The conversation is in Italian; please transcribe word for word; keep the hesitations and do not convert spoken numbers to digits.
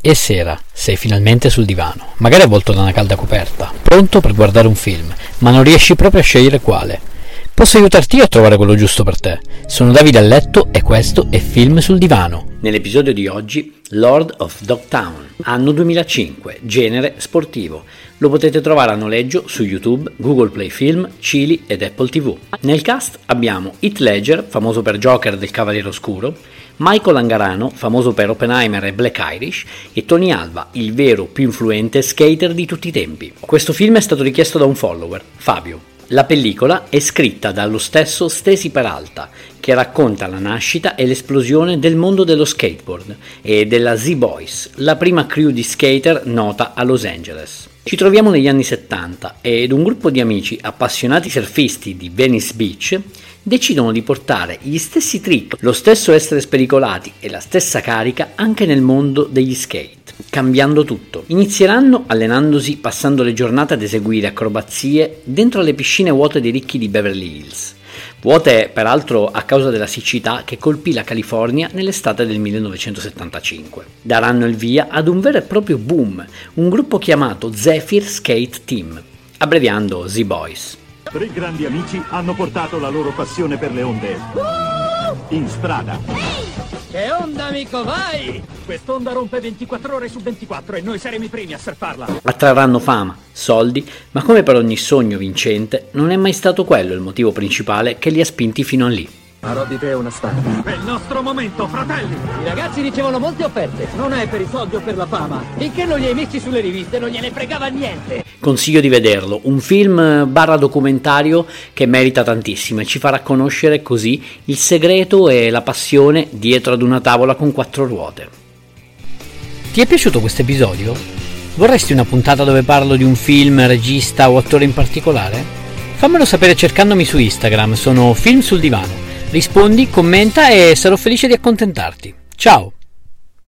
È sera, sei finalmente sul divano, magari avvolto da una calda coperta, pronto per guardare un film, ma non riesci proprio a scegliere quale. Posso aiutarti io a trovare quello giusto per te. Sono Davide a letto e questo è Film sul divano. Nell'episodio di oggi, Lord of Dogtown, anno duemilacinque, genere sportivo. Lo potete trovare a noleggio su YouTube, Google Play Film, Cili ed Apple tivù. Nel cast abbiamo Heath Ledger, famoso per Joker del Cavaliere Oscuro, Michael Angarano, famoso per Oppenheimer e Black Irish, e Tony Alva, il vero più influente skater di tutti i tempi. Questo film è stato richiesto da un follower, Fabio. La pellicola è scritta dallo stesso Stacy Peralta, che racconta la nascita e l'esplosione del mondo dello skateboard e della Z-Boys, la prima crew di skater nota a Los Angeles. Ci troviamo negli anni settanta ed un gruppo di amici appassionati surfisti di Venice Beach decidono di portare gli stessi trick, lo stesso essere spericolati e la stessa carica anche nel mondo degli skate, cambiando tutto. Inizieranno allenandosi passando le giornate ad eseguire acrobazie dentro le piscine vuote dei ricchi di Beverly Hills, vuote peraltro a causa della siccità che colpì la California nell'estate del millenovecentosettantacinque. Daranno il via ad un vero e proprio boom, un gruppo chiamato Zephyr Skate Team, abbreviando Z-Boys. Tre grandi amici hanno portato la loro passione per le onde in strada. Che onda, amico, vai! Quest'onda rompe ventiquattro ore su ventiquattro e noi saremo i primi a surfarla. Attrarranno fama, soldi, ma come per ogni sogno vincente, non è mai stato quello il motivo principale che li ha spinti fino a lì. Farò di te una star. È il nostro momento, fratelli! I ragazzi ricevono molte offerte. Non è per i soldi o per la fama. Finché non li hai messi sulle riviste non gliene fregava niente. Consiglio di vederlo, un film barra documentario che merita tantissimo e ci farà conoscere così il segreto e la passione dietro ad una tavola con quattro ruote. Ti è piaciuto questo episodio? Vorresti una puntata dove parlo di un film, regista o attore in particolare? Fammelo sapere cercandomi su Instagram, sono Film sul divano. Rispondi, commenta e sarò felice di accontentarti. Ciao!